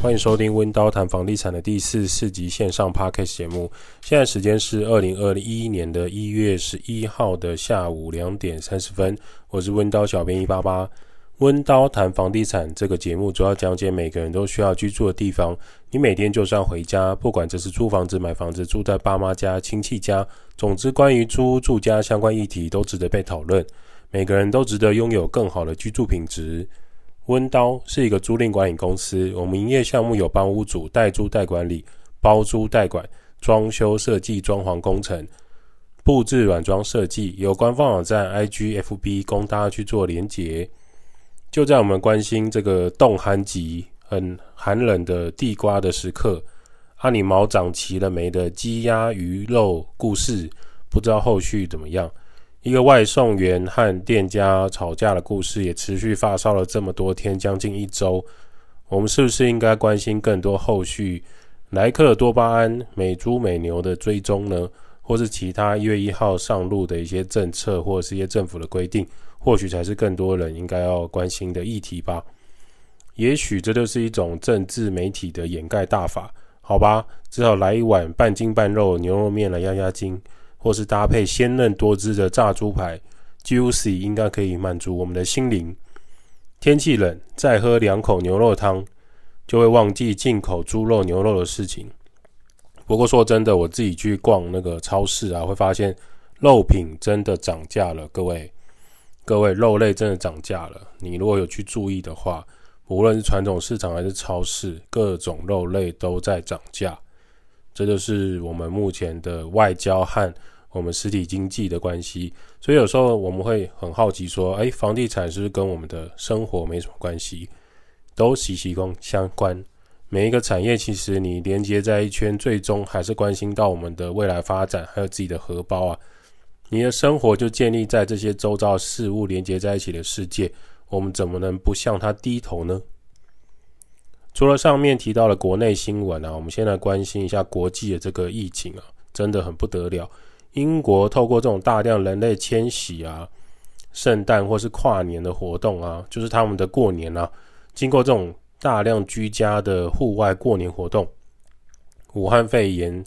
欢迎收听温刀谈房地产的第44集线上 Podcast 节目。现在时间是2021年的1月11号的下午2点30分，我是温刀小编188。温刀谈房地产这个节目主要讲解每个人都需要居住的地方。你每天就算回家，不管这是租房子、买房子、住在爸妈家、亲戚家，总之关于租屋住家相关议题都值得被讨论。每个人都值得拥有更好的居住品质。温刀是一个租赁管理公司，我们营业项目有帮屋主代租代管理、包租代管、装修设计、装潢工程、布置软装设计，有官方网站 IG、FB 供大家去做连结。就在我们关心这个冻寒极很寒冷的地瓜的时刻，你毛长齐了没的鸡鸭鱼肉故事，不知道后续怎么样。一个外送员和店家吵架的故事也持续发烧了这么多天，将近1周。我们是不是应该关心更多后续莱克多巴胺、美猪美牛的追踪呢？或是其他1月1号上路的一些政策，或是一些政府的规定，或许才是更多人应该要关心的议题吧。也许这就是一种政治媒体的掩盖大法，好吧，只好来一碗半筋半肉牛肉面来压压惊，或是搭配鲜嫩多汁的炸猪排 Juicy， 应该可以满足我们的心灵。天气冷，再喝2口牛肉汤，就会忘记进口猪肉牛肉的事情。不过说真的，我自己去逛那个超市会发现肉品真的涨价了。各位，肉类真的涨价了。你如果有去注意的话，无论是传统市场还是超市，各种肉类都在涨价。这就是我们目前的外交和我们实体经济的关系。所以有时候我们会很好奇说，房地产是不是跟我们的生活没什么关系？都息息相关。每一个产业其实你连接在一圈，最终还是关心到我们的未来发展，还有自己的荷包你的生活就建立在这些周遭事物连接在一起的世界，我们怎么能不向它低头呢？除了上面提到的国内新闻我们先来关心一下国际的这个疫情真的很不得了。英国透过这种大量人类迁徙圣诞或是跨年的活动就是他们的过年经过这种大量居家的户外过年活动，武汉肺炎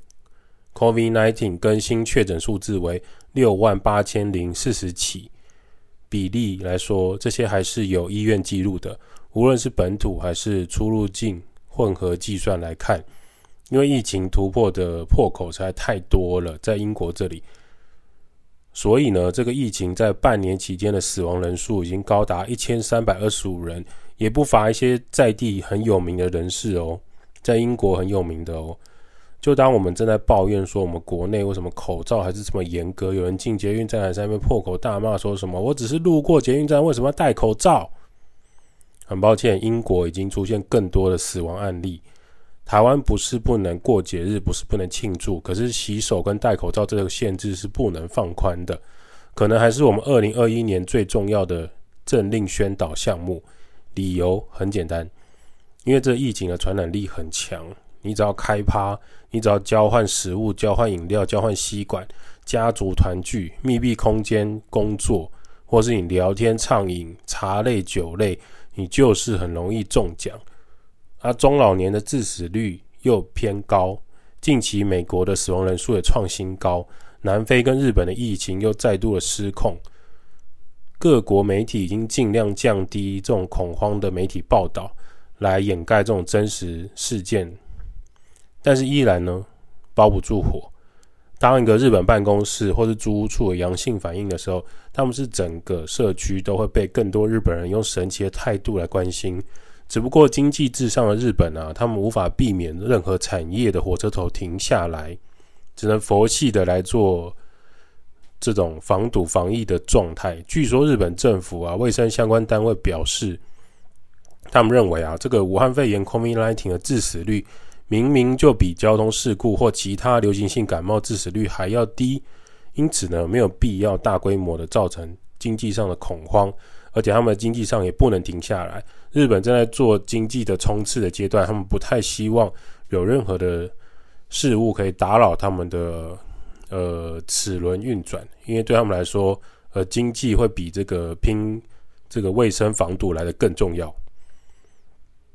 COVID-19 更新确诊数字为68040起，比例来说，这些还是有医院记录的，无论是本土还是出入境混合计算来看，因为疫情突破的破口实在太多了，在英国这里，所以呢，这个疫情在半年期间的死亡人数已经高达1325人，也不乏一些在地很有名的人士在英国很有名的就当我们正在抱怨说我们国内为什么口罩还是这么严格，有人进捷运站还在那边破口大骂说什么我只是路过捷运站为什么要戴口罩。很抱歉，英国已经出现更多的死亡案例。台湾不是不能过节日，不是不能庆祝，可是洗手跟戴口罩这个限制是不能放宽的，可能还是我们2021年最重要的政令宣导项目。理由很简单，因为这疫情的传染力很强，你只要开趴，你只要交换食物、交换饮料、交换吸管、家族团聚、密闭空间工作，或是你聊天畅饮、茶类、酒类，你就是很容易中奖。中老年的致死率又偏高，近期美国的死亡人数也创新高，南非跟日本的疫情又再度的失控。各国媒体已经尽量降低这种恐慌的媒体报道，来掩盖这种真实事件，但是依然呢包不住火。当一个日本办公室或是租屋处有阳性反应的时候，他们是整个社区都会被更多日本人用神奇的态度来关心。只不过经济至上的日本他们无法避免任何产业的火车头停下来，只能佛系的来做这种防堵防疫的状态。据说日本政府卫生相关单位表示，他们认为这个武汉肺炎 COVID-19 的致死率明明就比交通事故或其他流行性感冒致死率还要低，因此呢，没有必要大规模的造成经济上的恐慌，而且他们的经济上也不能停下来。日本正在做经济的冲刺的阶段，他们不太希望有任何的事物可以打扰他们的齿轮运转，因为对他们来说，经济会比这个拼这个卫生防堵来的更重要。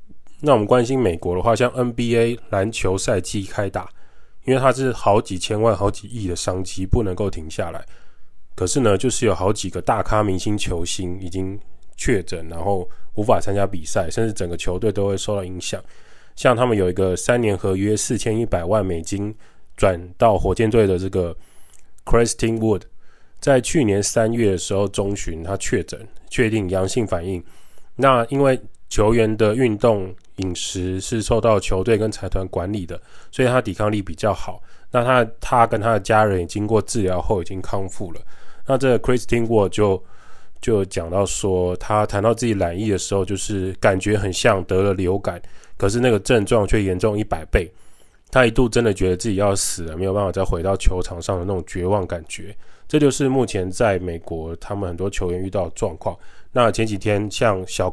那我们关心美国的话，像 NBA 篮球赛季开打，因为它是好几千万、好几亿的商机，不能够停下来。可是呢，就是有好几个大咖明星球星已经确诊，然后无法参加比赛，甚至整个球队都会受到影响。像他们有一个3年合约4100万美金转到火箭队的这个 Christian Wood， 在去年3月的时候中旬他确诊，确定阳性反应。那因为球员的运动饮食是受到球队跟财团管理的，所以他抵抗力比较好。那他跟他的家人也经过治疗后已经康复了。那这个 Christian Wood 就讲到说，他谈到自己染疫的时候，就是感觉很像得了流感，可是那个症状却严重100倍。他一度真的觉得自己要死了，没有办法再回到球场上的那种绝望感觉。这就是目前在美国他们很多球员遇到的状况。那前几天像小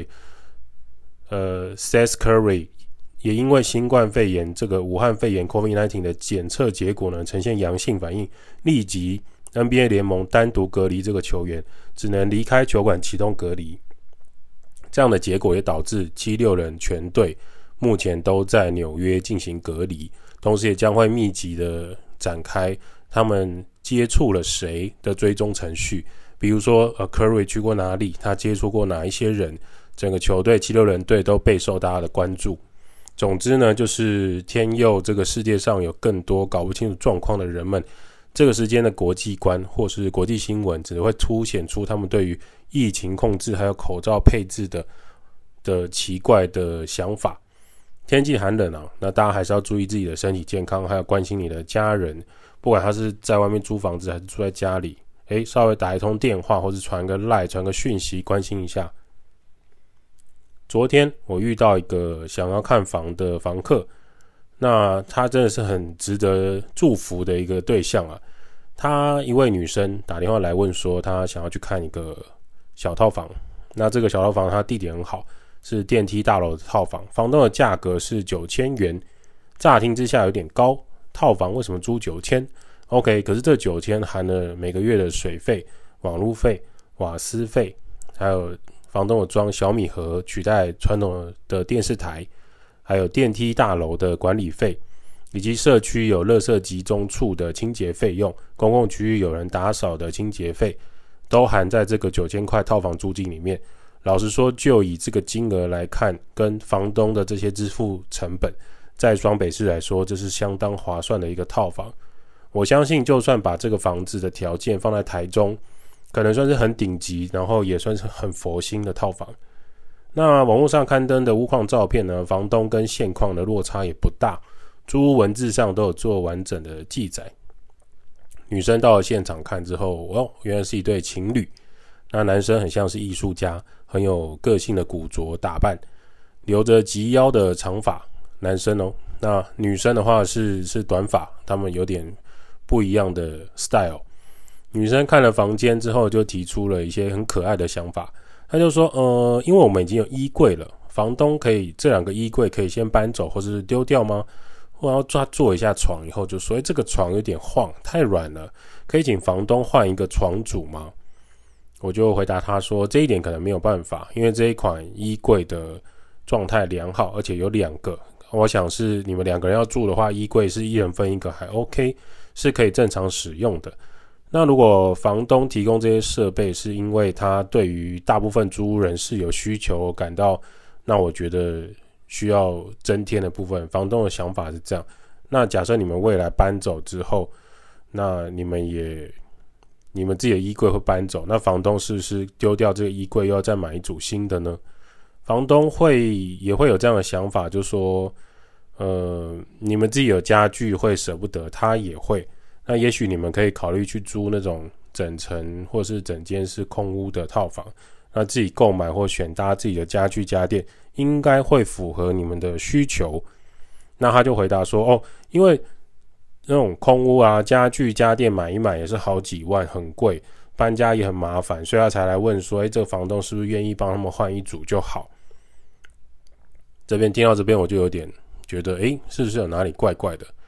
Seth Curry 也因为新冠肺炎这个武汉肺炎 COVID-19 的检测结果呢呈现阳性反应，立即 NBA 联盟单独隔离这个球员，只能离开球馆启动隔离。这样的结果也导致76人全队目前都在纽约进行隔离，同时也将会密集的展开他们接触了谁的追踪程序，比如说Curry 去过哪里，他接触过哪一些人，整个球队76人队都备受大家的关注。总之呢，就是天佑这个世界上有更多搞不清楚状况的人们，这个时间的国际观或是国际新闻只会凸显出他们对于疫情控制还有口罩配置的奇怪的想法。天气寒冷啊，那大家还是要注意自己的身体健康，还有关心你的家人，不管他是在外面租房子还是住在家里，稍微打一通电话或是传个 LINE 传个讯息关心一下。昨天我遇到一个想要看房的房客，那他真的是很值得祝福的一个对象啊。他一位女生打电话来问说，她想要去看一个小套房。那这个小套房它地点很好，是电梯大楼的套房，房东的价格是9000元，乍听之下有点高，套房为什么租9000？ OK， 可是这9000含了每个月的水费、网路费、瓦斯费，还有房东有装小米盒取代传统的电视台，还有电梯大楼的管理费，以及社区有垃圾集中处的清洁费用，公共区域有人打扫的清洁费，都含在这个9000块套房租金里面。老实说，就以这个金额来看，跟房东的这些支付成本，在双北市来说，这是相当划算的一个套房。我相信就算把这个房子的条件放在台中，可能算是很顶级，然后也算是很佛心的套房。那网络上刊登的屋况照片呢，房东跟现况的落差也不大，租屋文字上都有做完整的记载。女生到了现场看之后，原来是一对情侣。那男生很像是艺术家，很有个性的古着打扮，留着及腰的长发，男生哦。那女生的话是短发，他们有点不一样的 style。女生看了房间之后就提出了一些很可爱的想法，她就说因为我们已经有衣柜了，房东可以这2个衣柜可以先搬走或是丢掉吗？然后他坐一下床以后就说这个床有点晃，太软了，可以请房东换一个床组吗？我就回答他说，这一点可能没有办法，因为这一款衣柜的状态良好，而且有2个，我想是你们2个人要住的话，衣柜是一人分一个还 OK， 是可以正常使用的。那如果房东提供这些设备是因为他对于大部分租屋人士有需求感到，那我觉得需要增添的部分，房东的想法是这样。那假设你们未来搬走之后，那你们自己的衣柜会搬走，那房东是不是丢掉这个衣柜又要再买一组新的呢？房东也会有这样的想法，就说你们自己有家具会舍不得，他也会。那也许你们可以考虑去租那种整层或是整间是空屋的套房，那自己购买或选搭自己的家具家电，应该会符合你们的需求。那他就回答说因为那种空屋啊，家具家电买一买也是好几万，很贵，搬家也很麻烦，所以他才来问说这个房东是不是愿意帮他们换一组就好。听到这边我就有点觉得是不是有哪里怪怪的。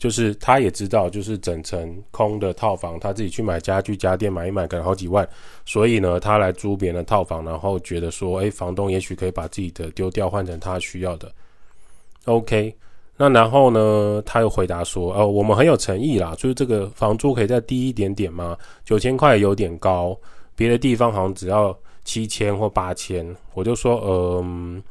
就是他也知道，就是整层空的套房，他自己去买家具家电买一买可能好几万，所以呢他来租别人的套房，然后觉得说房东也许可以把自己的丢掉换成他需要的。 OK， 那然后呢他又回答说我们很有诚意啦，就是这个房租可以再低一点点吗？9000块有点高，别的地方好像只要7000或8000。我就说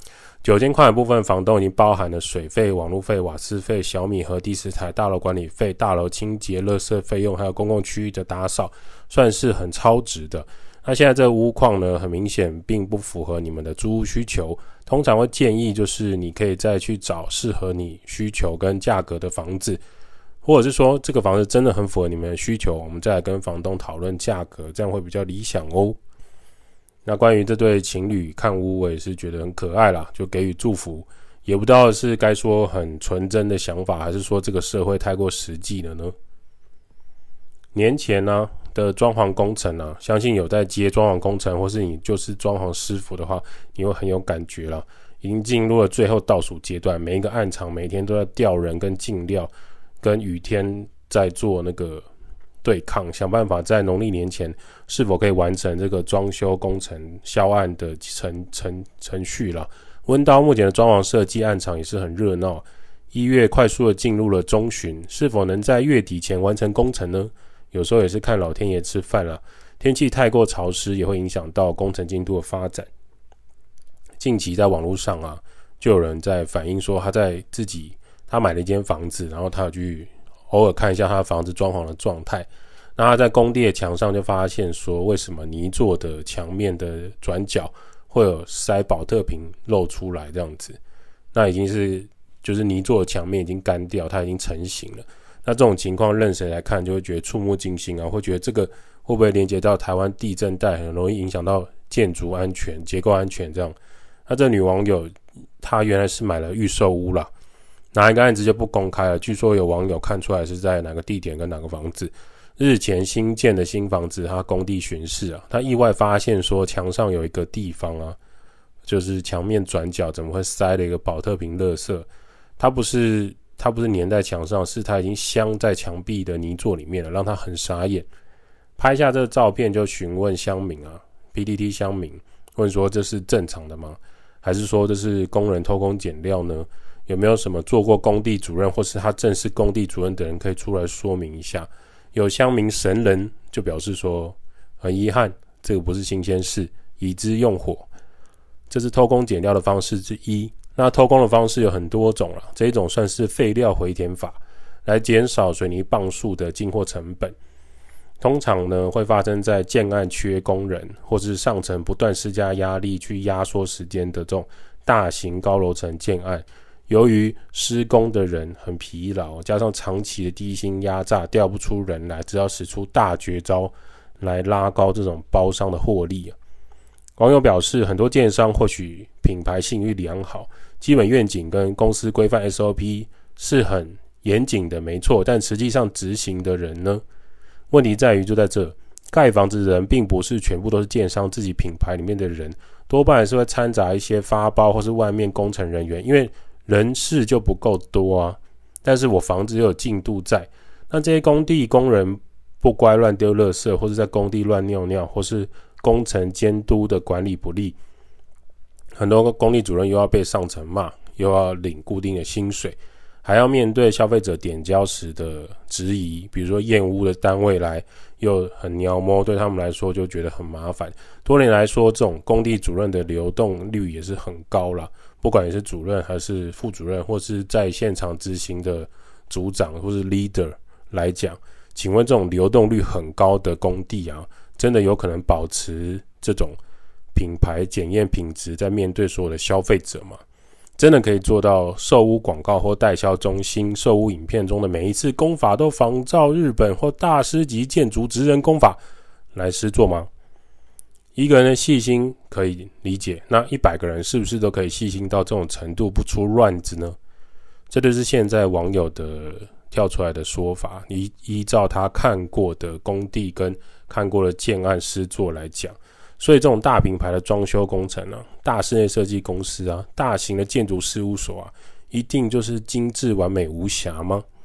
9000块的部分房东已经包含了水费、网络费、瓦斯费、小米和第四台大楼管理费、大楼清洁、垃圾费用，还有公共区域的打扫，算是很超值的。那现在这个屋况呢，很明显并不符合你们的租屋需求，通常会建议就是你可以再去找适合你需求跟价格的房子，或者是说这个房子真的很符合你们的需求，我们再来跟房东讨论价格，这样会比较理想哦。那关于这对情侣看屋，我也是觉得很可爱啦，就给予祝福，也不知道是该说很纯真的想法，还是说这个社会太过实际了呢？年前的装潢工程相信有在接装潢工程，或是你就是装潢师傅的话，你会很有感觉啦。已经进入了最后倒数阶段，每一个案场每天都在调人跟进料，跟雨天在做那个对抗，想办法在农历年前是否可以完成这个装修工程销案的程序啦。温刀目前的装潢设计案场也是很热闹，1月快速的进入了中旬，是否能在月底前完成工程呢？有时候也是看老天爷吃饭啦，天气太过潮湿也会影响到工程进度的发展。近期在网络上就有人在反映说他买了一间房子，然后他有去偶尔看一下他的房子装潢的状态，那他在工地的墙上就发现说，为什么泥做的墙面的转角会有塞保特瓶露出来这样子，那已经是就是泥做的墙面已经干掉，它已经成型了。那这种情况任谁来看就会觉得触目惊心会觉得这个会不会连接到台湾地震带，很容易影响到建筑安全、结构安全这样。那这女网友她原来是买了预售屋啦，哪一个案子就不公开了，据说有网友看出来是在哪个地点跟哪个房子，日前新建的新房子他工地巡视他意外发现说墙上有一个地方就是墙面转角怎么会塞了一个保特瓶垃圾，它不是粘在墙上，是它已经镶在墙壁的泥作里面了，让他很傻眼。拍下这个照片就询问乡民PTT 乡民问说这是正常的吗？还是说这是工人偷工减料呢？有没有什么做过工地主任或是他正是工地主任的人可以出来说明一下？有乡民神人就表示说，很遗憾，这个不是新鲜事，已知用火，这是偷工减料的方式之一。那偷工的方式有很多种这一种算是废料回填法，来减少水泥磅数的进货成本。通常呢会发生在建案缺工人，或是上层不断施加压力去压缩时间的这种大型高楼层建案。由于施工的人很疲劳，加上长期的低薪压榨，调不出人来，只要使出大绝招来拉高这种包商的获利网友表示，很多建商或许品牌信誉良好，基本愿景跟公司规范 SOP 是很严谨的没错，但实际上执行的人呢？问题在于就在这，盖房子的人并不是全部都是建商自己品牌里面的人，多半也是会掺杂一些发包或是外面工程人员，因为人事就不够多但是我房子又有进度在，那这些工地工人不乖乱丢垃圾，或是在工地乱尿尿，或是工程监督的管理不力，很多工地主任又要被上层骂，又要领固定的薪水，还要面对消费者点交时的质疑，比如说验屋的单位来又很鸟摸，对他们来说就觉得很麻烦。多年来说，这种工地主任的流动率也是很高啦，不管你是主任还是副主任，或是在现场执行的组长或是 leader 来讲，请问这种流动率很高的工地真的有可能保持这种品牌检验品质在面对所有的消费者吗？真的可以做到售屋广告或代销中心售屋影片中的每一次工法都仿照日本或大师级建筑职人工法来施作吗？一个人的细心可以理解，那100个人是不是都可以细心到这种程度不出乱子呢？这就是现在网友的跳出来的说法，依照他看过的工地跟看过的建案施作来讲。所以这种大品牌的装修工程大室内设计公司大型的建筑事务所一定就是精致完美无瑕吗？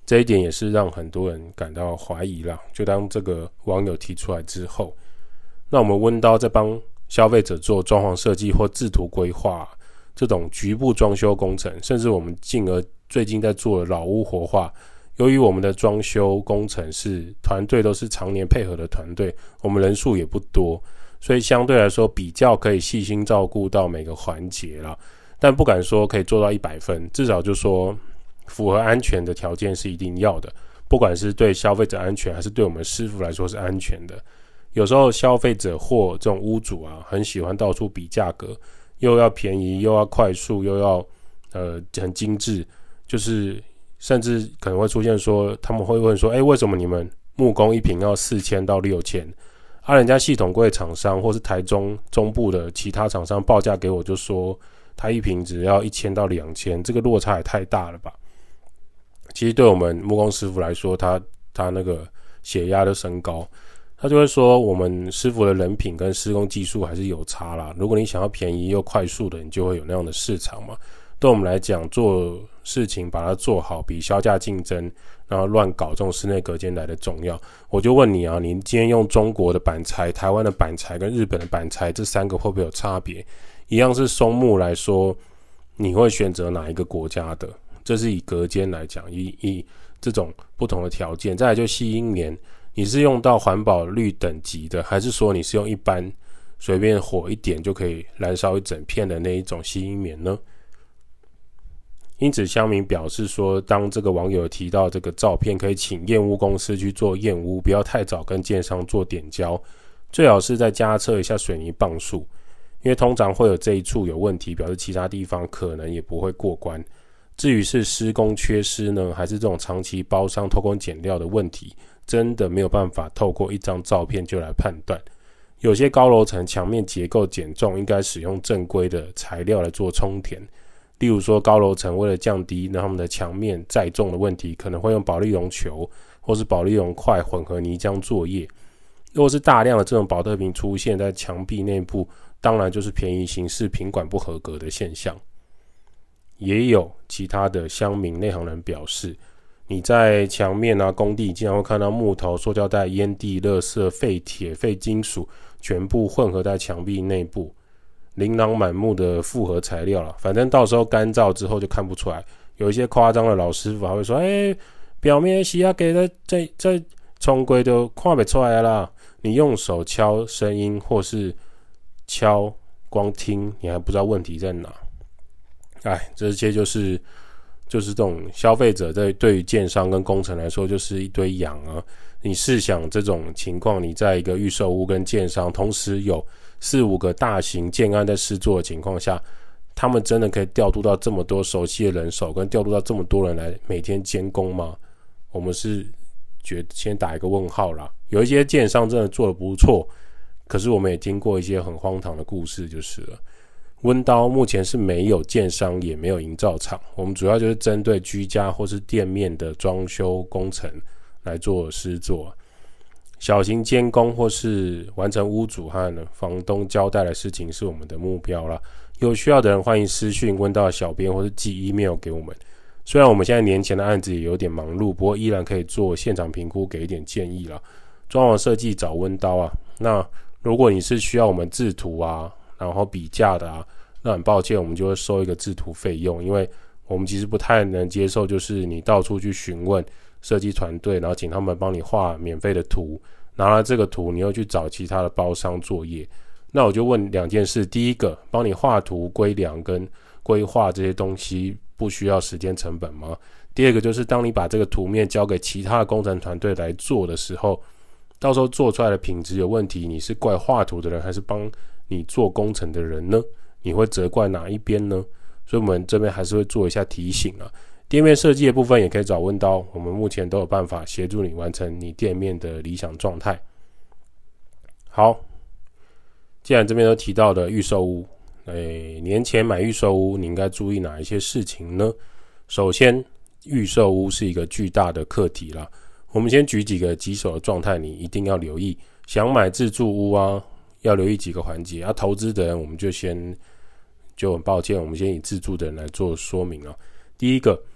这一点也是让很多人感到怀疑啦。就当这个网友提出来之后，那我们温叨在帮消费者做装潢设计或制图规划，这种局部装修工程，甚至我们进而最近在做的老屋活化，由于我们的装修工程是团队都是常年配合的团队，我们人数也不多，所以相对来说比较可以细心照顾到每个环节啦。但不敢说可以做到100分，至少就说符合安全的条件是一定要的，不管是对消费者安全还是对我们师傅来说是安全的。有时候消费者或这种屋主啊，很喜欢到处比价格，又要便宜又要快速又要很精致，就是甚至可能会出现说，他们会问说，为什么你们木工一坪要4000到6000？人家系统柜厂商或是台中中部的其他厂商报价给我就说，他一坪只要1000到2000，这个落差也太大了吧？其实对我们木工师傅来说，他那个血压都升高，他就会说我们师傅的人品跟施工技术还是有差啦。如果你想要便宜又快速的，你就会有那样的市场嘛。对我们来讲，做事情把它做好，比销价竞争然后乱搞这种室内隔间来的重要。我就问你啊，你今天用中国的板材、台湾的板材跟日本的板材，这3个会不会有差别？一样是松木来说，你会选择哪一个国家的？这是以隔间来讲，以这种不同的条件。再来就吸音棉，你是用到环保绿等级的，还是说你是用一般随便火一点就可以燃烧一整片的那一种吸音棉呢？因此乡民表示说，当这个网友提到这个照片，可以请验屋公司去做验屋，不要太早跟建商做点交，最好是再加测一下水泥磅数，因为通常会有这一处有问题，表示其他地方可能也不会过关。至于是施工缺失呢，还是这种长期包商偷工减料的问题，真的没有办法透过一张照片就来判断。有些高楼层墙面结构减重，应该使用正规的材料来做充填。例如说高楼层为了降低他们的墙面载重的问题，可能会用保丽龙球或是保丽龙块混合泥浆作业。如果是大量的这种保特瓶出现在墙壁内部，当然就是便宜行事品管不合格的现象。也有其他的乡民内行人表示，你在墙面啊工地经常会看到木头、塑胶袋、烟蒂、垃圾、废铁、废金属全部混合在墙壁内部，琳琅满目的复合材料啦，反正到时候干燥之后就看不出来。有一些夸张的老师傅还会说，表面洗啊给的这冲规都看不出来啦，你用手敲声音或是敲光听，你还不知道问题在哪。这些就是这种消费者对于建商跟工程来说就是一堆羊啊。你试想这种情况，你在一个预售屋跟建商同时有4-5个大型建案在施作的情况下，他们真的可以调度到这么多熟悉的人手，跟调度到这么多人来每天监工吗？我们是觉得先打一个问号啦。有一些建商真的做得不错，可是我们也听过一些很荒唐的故事就是了。温叨目前是没有建商也没有营造厂，我们主要就是针对居家或是店面的装修工程来做施作，小型监工或是完成屋主和房东交代的事情是我们的目标啦。有需要的人欢迎私讯温叨的小编或是寄 email 给我们。虽然我们现在年前的案子也有点忙碌，不过依然可以做现场评估，给一点建议啦。装潢设计找温叨啊。那如果你是需要我们制图啊，然后比价的啊，那很抱歉，我们就会收一个制图费用，因为我们其实不太能接受就是你到处去询问设计团队，然后请他们帮你画免费的图，拿了这个图你又去找其他的包商作业。那我就问2件事，第一个，帮你画图归量跟规划这些东西不需要时间成本吗？第二个就是当你把这个图面交给其他的工程团队来做的时候，到时候做出来的品质有问题，你是怪画图的人还是帮你做工程的人呢？你会责怪哪一边呢？所以我们这边还是会做一下提醒啊。店面设计的部分也可以找温叨，我们目前都有办法协助你完成你店面的理想状态。好，既然这边都提到的预售屋，年前买预售屋你应该注意哪一些事情呢？首先，预售屋是一个巨大的课题啦。我们先举几个棘手的状态，你一定要留意。想买自住屋啊，要留意几个环节啊。投资的人我们就很抱歉，我们先以自住的人来做说明啊。第一个，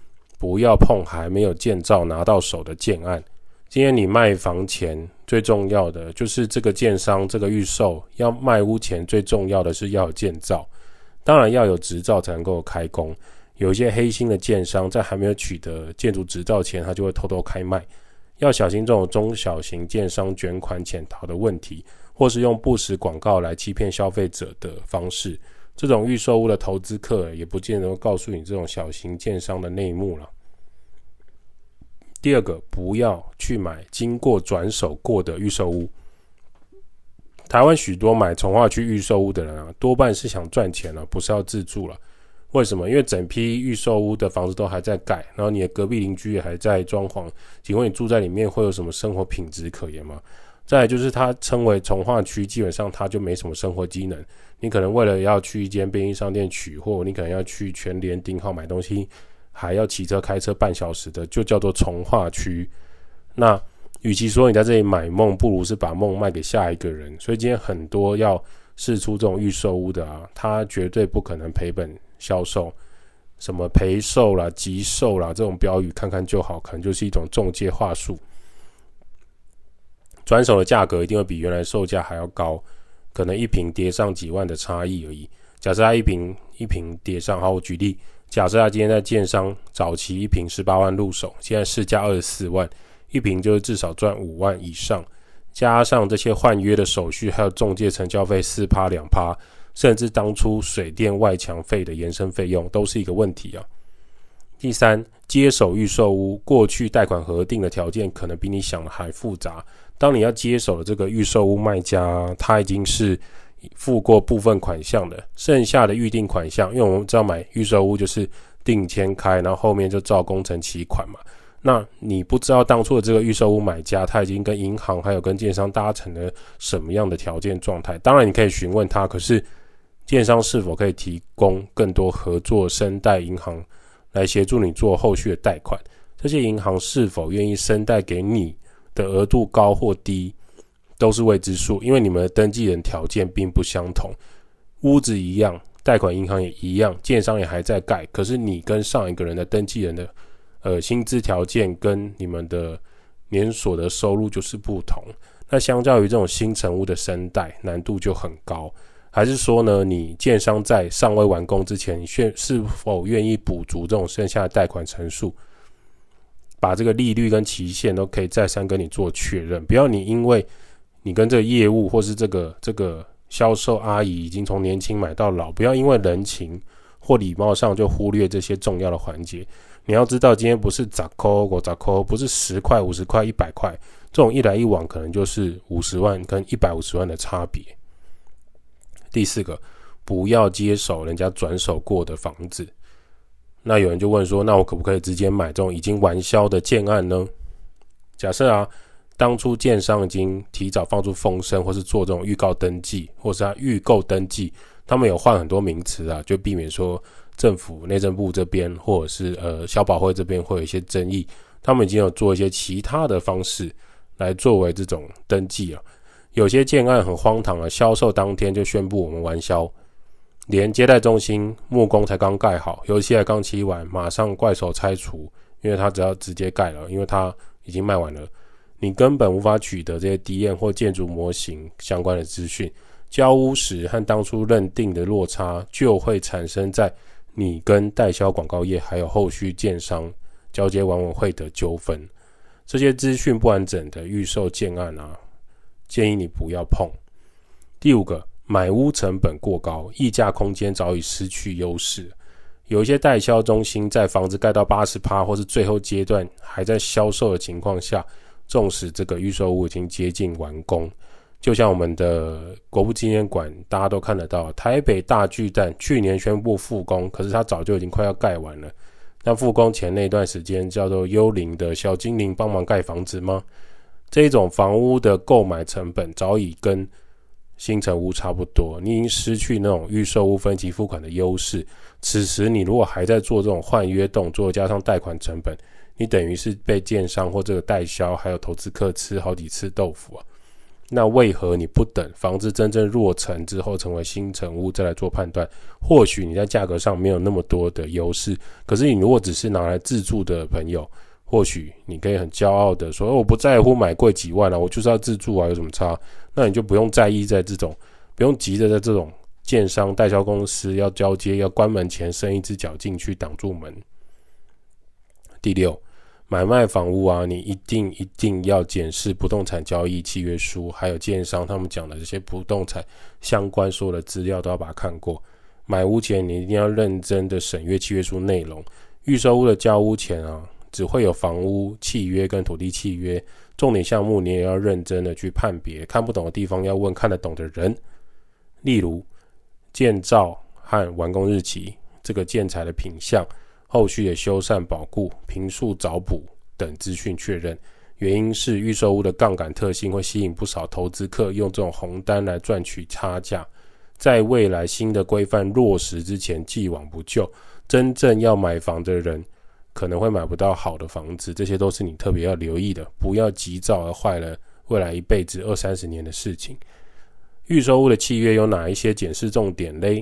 不要碰还没有建造拿到手的建案。今天你卖房前最重要的就是这个建商这个预售要卖屋前最重要的是要有建造，当然要有执照才能够开工。有一些黑心的建商在还没有取得建筑执照前，他就会偷偷开卖，要小心这种中小型建商卷款潜逃的问题，或是用不实广告来欺骗消费者的方式。这种预售屋的投资客也不见得会告诉你这种小型建商的内幕了。第二个，不要去买经过转手过的预售屋。台湾许多买从化区预售屋的人多半是想赚钱不是要自住了。为什么？因为整批预售屋的房子都还在盖，然后你的隔壁邻居也还在装潢，请问你住在里面会有什么生活品质可言吗？再来就是它称为从化区，基本上它就没什么生活机能。你可能为了要去一间便利商店取货，你可能要去全联顶好买东西，还要骑车开车半小时的，就叫做从化区。那与其说你在这里买梦，不如是把梦卖给下一个人。所以今天很多要释出这种预售屋的他绝对不可能赔本销售，什么赔售啦、急售啦这种标语看看就好，可能就是一种中介话术。转手的价格一定会比原来售价还要高，可能一坪跌上几万的差异而已。假设他一坪跌上，好，我举例，假设他今天在建商早期一坪18万入手，现在市价24万，一坪就是至少赚5万以上，加上这些换约的手续，还有中介成交费 4%、2%， 甚至当初水电外墙费的延伸费用都是一个问题第三，接手预售屋，过去贷款核定的条件可能比你想的还复杂。当你要接手的这个预售屋卖家，他已经是付过部分款项的，剩下的预定款项，因为我们知道买预售屋就是定签开，然后后面就照工程期款嘛。那你不知道当初的这个预售屋买家，他已经跟银行还有跟建商达成了什么样的条件状态。当然你可以询问他，可是建商是否可以提供更多合作生贷银行来协助你做后续的贷款？这些银行是否愿意生贷给你的额度高或低，都是未知数，因为你们的登记人条件并不相同。屋子一样，贷款银行也一样，建商也还在盖，可是你跟上一个人的登记人的薪资条件跟你们的年所得收入就是不同。那相较于这种新成屋的生贷，难度就很高。还是说呢，你建商在尚未完工之前，你是否愿意补足这种剩下的贷款成数，把这个利率跟期限都可以再三跟你做确认。不要你因为你跟这个业务或是这个销售阿姨已经从年轻买到老，不要因为人情或礼貌上就忽略这些重要的环节。你要知道，今天不是10块、50块，不是10块、50块、100块，这种一来一往可能就是50万跟150万的差别。第四个，不要接手人家转手过的房子。那有人就问说，那我可不可以直接买这种已经完销的建案呢？假设当初建商已经提早放出风声，或是做这种预告登记，或是预购登记，他们有换很多名词就避免说政府内政部这边或者是消保会这边会有一些争议。他们已经有做一些其他的方式来作为这种登记有些建案很荒唐销售当天就宣布我们完销，连接待中心木工才刚盖好，油漆还刚漆完，马上怪手拆除，因为他只要直接盖了，因为他已经卖完了。你根本无法取得这些 DM 或建筑模型相关的资讯，交屋时和当初认定的落差就会产生在你跟代销广告业还有后续建商交接完会的纠纷。这些资讯不完整的预售建案建议你不要碰。第五个，买屋成本过高，溢价空间早已失去优势。有一些代销中心在房子盖到 80% 或是最后阶段还在销售的情况下，纵使这个预售屋已经接近完工，就像我们的国父纪念馆大家都看得到，台北大巨蛋去年宣布复工，可是它早就已经快要盖完了。那复工前那段时间叫做幽灵的小精灵帮忙盖房子吗？这种房屋的购买成本早已跟新成屋差不多，你已经失去那种预售屋分期付款的优势。此时你如果还在做这种换约动作，加上贷款成本，你等于是被建商或这个代销还有投资客吃好几次豆腐那为何你不等房子真正落成之后成为新成屋再来做判断？或许你在价格上没有那么多的优势，可是你如果只是拿来自住的朋友，或许你可以很骄傲的说，我不在乎买贵几万啊，我就是要自住啊，有什么差？那你就不用在意在这种，不用急着在这种建商代销公司要交接要关门前伸一只脚进去挡住门。第六，买卖房屋啊，你一定要检视不动产交易契约书，还有建商他们讲的这些不动产相关所有的资料都要把它看过。买屋前你一定要认真的审阅契约书内容。预售屋的交屋前啊，只会有房屋契约跟土地契约，重点项目你也要认真的去判别，看不懂的地方要问看得懂的人。例如建造和完工日期，这个建材的品项，后续的修缮保固、坪数找补等资讯确认。原因是预售屋的杠杆特性会吸引不少投资客用这种红单来赚取差价，在未来新的规范落实之前既往不咎，真正要买房的人可能会买不到好的房子，这些都是你特别要留意的，不要急躁而坏了未来一辈子20-30年的事情。预售屋的契约有哪一些检视重点嘞？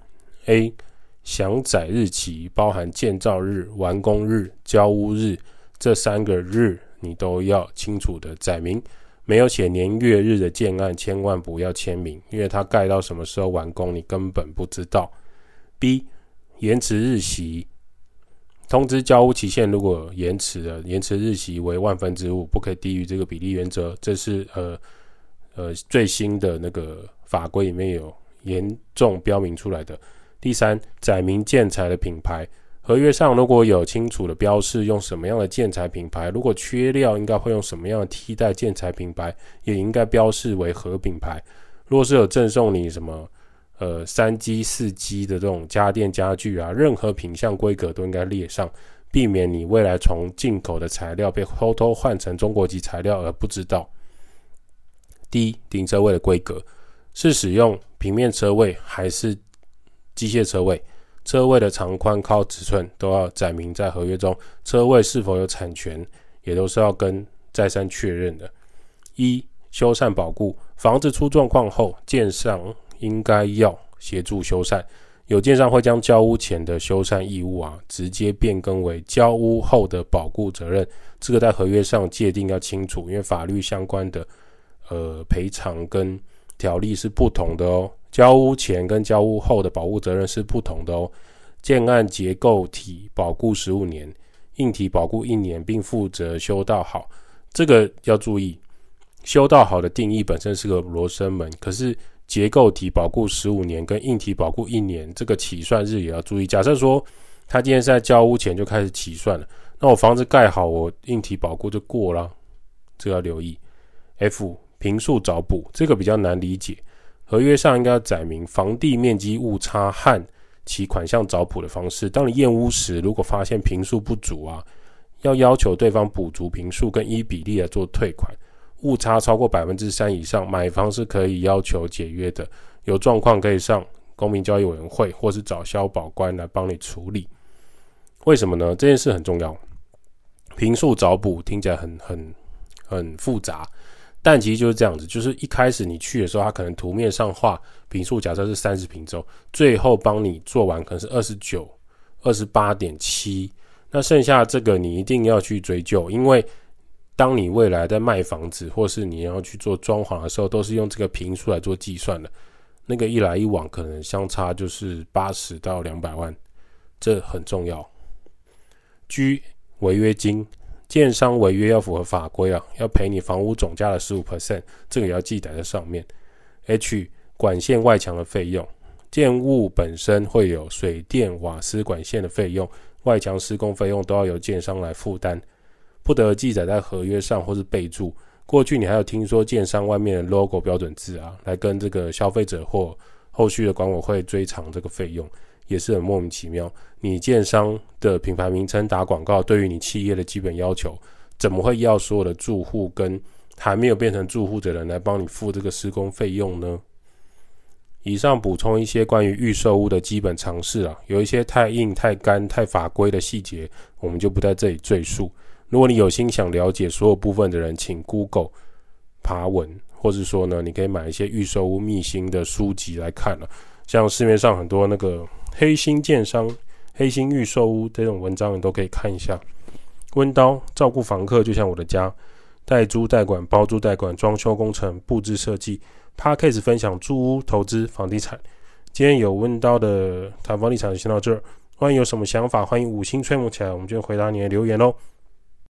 A. 详载日期，包含建造日、完工日、交屋日，这3个日你都要清楚的载明。没有写年月日的建案千万不要签名，因为它盖到什么时候完工你根本不知道。 B. 延迟日期，通知交屋期限如果延迟了，延迟日期为5/1000，不可以低于这个比例原则，这是最新的那个法规里面有严重标明出来的。第三，载明建材的品牌，合约上如果有清楚的标示用什么样的建材品牌，如果缺料应该会用什么样的替代建材品牌，也应该标示为何品牌。如果是有赠送你什么3G 4G 的这种家电家具啊，任何品项规格都应该列上，避免你未来从进口的材料被偷偷换成中国籍材料而不知道。第一，停车位的规格是使用平面车位还是机械车位，车位的长宽高尺寸都要载明在合约中，车位是否有产权也都是要跟再三确认的。一、修缮保固，房子出状况后，建商应该要协助修缮，有建商会将交屋前的修缮义务直接变更为交屋后的保固责任，这个在合约上界定要清楚，因为法律相关的赔偿跟条例是不同的哦，交屋前跟交屋后的保护责任是不同的哦。建案结构体保固15年，硬体保固1年，并负责修到好。这个要注意，修到好的定义本身是个罗生门，可是结构体保固15年跟硬体保固1年，这个起算日也要注意。假设说他今天是在交屋前就开始起算了，那我房子盖好，我硬体保固就过了，这个要留意。F. 坪数找补，这个比较难理解，合约上应该要载明房地面积误差和其款项找补的方式。当你验屋时，如果发现坪数不足要求对方补足坪数跟依比例来做退款。误差超过 3% 以上，买方是可以要求解约的，有状况可以上公民交易委员会或是找消保官来帮你处理。为什么呢？这件事很重要。坪数找补听起来很复杂，但其实就是这样子，就是一开始你去的时候，他可能图面上画坪数假设是30坪之后，最后帮你做完可能是29、28.7，那剩下这个你一定要去追究，因为当你未来在卖房子或是你要去做装潢的时候，都是用这个坪数来做计算的，那个一来一往可能相差就是80到200万，这很重要。G. 违约金，建商违约要符合法规要赔你房屋总价的 15%， 这个也要记载在上面。H. 管线外墙的费用，建物本身会有水电瓦斯管线的费用，外墙施工费用都要由建商来负担，不得记载在合约上或是备注。过去你还有听说建商外面的 logo 标准字来跟这个消费者或后续的管委会追偿这个费用，也是很莫名其妙。你建商的品牌名称打广告，对于你企业的基本要求，怎么会要所有的住户跟还没有变成住户的人来帮你付这个施工费用呢？以上补充一些关于预售屋的基本常识有一些太硬、太干、太法规的细节，我们就不在这里赘述。如果你有心想了解所有部分的人，请 Google 爬文或是说呢，你可以买一些预售屋秘辛的书籍来看了。像市面上很多那个黑心建商、黑心预售屋这种文章，你都可以看一下。温刀照顾房客就像我的家，代租代管、包租代管、装修工程、布置设计。Podcast 分享住屋、投资、房地产。今天有温刀的谈房地产先到这儿，欢迎有什么想法，欢迎5星吹捧起来，我们就回答你的留言咯。